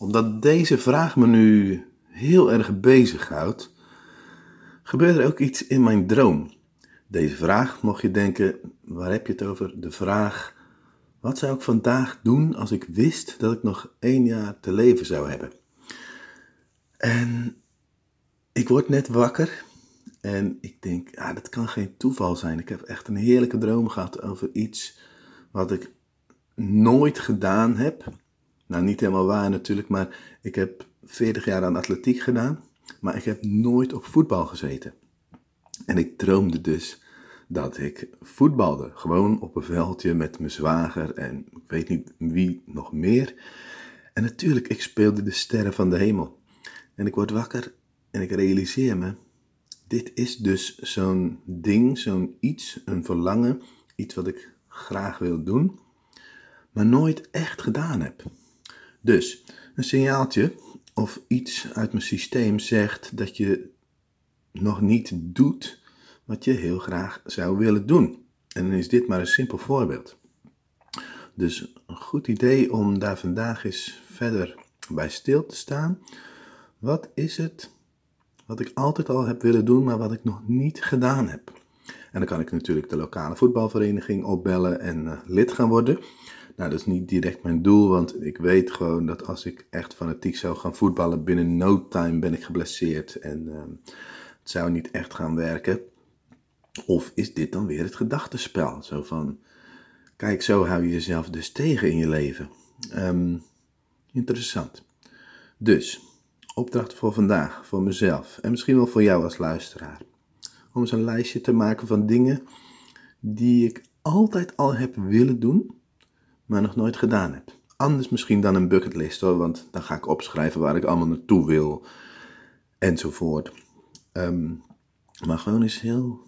Omdat deze vraag me nu heel erg bezighoudt, gebeurt er ook iets in mijn droom. Deze vraag, mocht je denken, waar heb je het over? De vraag, wat zou ik vandaag doen als ik wist dat ik nog 1 jaar te leven zou hebben? En ik word net wakker en ik denk, ja, dat kan geen toeval zijn. Ik heb echt een heerlijke droom gehad over iets wat ik nooit gedaan heb. Nou, niet helemaal waar natuurlijk, maar ik heb 40 jaar aan atletiek gedaan, maar ik heb nooit op voetbal gezeten. En ik droomde dus dat ik voetbalde, gewoon op een veldje met mijn zwager en ik weet niet wie nog meer. En natuurlijk, ik speelde de sterren van de hemel. En ik word wakker en ik realiseer me, dit is dus zo'n ding, zo'n iets, een verlangen, iets wat ik graag wil doen, maar nooit echt gedaan heb. Dus een signaaltje of iets uit mijn systeem zegt dat je nog niet doet wat je heel graag zou willen doen. En dan is dit maar een simpel voorbeeld. Dus een goed idee om daar vandaag eens verder bij stil te staan. Wat is het wat ik altijd al heb willen doen, maar wat ik nog niet gedaan heb? En dan kan ik natuurlijk de lokale voetbalvereniging opbellen en lid gaan worden. Nou, dat is niet direct mijn doel, want ik weet gewoon dat als ik echt fanatiek zou gaan voetballen, binnen no time ben ik geblesseerd en het zou niet echt gaan werken. Of is dit dan weer het gedachtenspel? Zo van, kijk, zo hou je jezelf dus tegen in je leven. Interessant. Dus, opdracht voor vandaag, voor mezelf en misschien wel voor jou als luisteraar. Om eens een lijstje te maken van dingen die ik altijd al heb willen doen, maar nog nooit gedaan heb. Anders misschien dan een bucketlist hoor, want dan ga ik opschrijven waar ik allemaal naartoe wil, enzovoort. Maar gewoon eens heel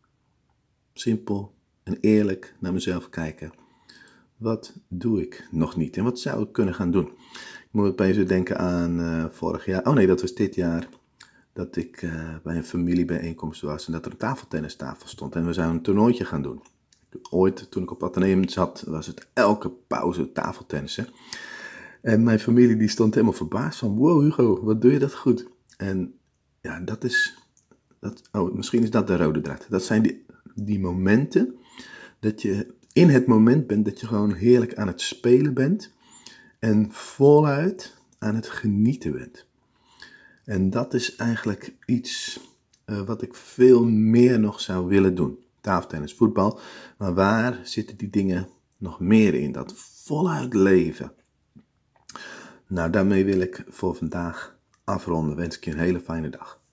simpel en eerlijk naar mezelf kijken. Wat doe ik nog niet en wat zou ik kunnen gaan doen? Ik moet opeens denken aan vorig jaar, oh nee, dat was dit jaar, dat ik bij een familiebijeenkomst was en dat er een tafeltennistafel stond en we zouden een toernooitje gaan doen. Ooit, toen ik op Atheneum zat, was het elke pauze tafeltennissen. En mijn familie die stond helemaal verbaasd van, wow Hugo, wat doe je dat goed? En ja, misschien is dat de rode draad. Dat zijn die momenten dat je in het moment bent dat je gewoon heerlijk aan het spelen bent en voluit aan het genieten bent. En dat is eigenlijk iets wat ik veel meer nog zou willen doen. Tafeltennis, voetbal, maar waar zitten die dingen nog meer in? Dat voluit leven. Nou, daarmee wil ik voor vandaag afronden. Wens ik je een hele fijne dag.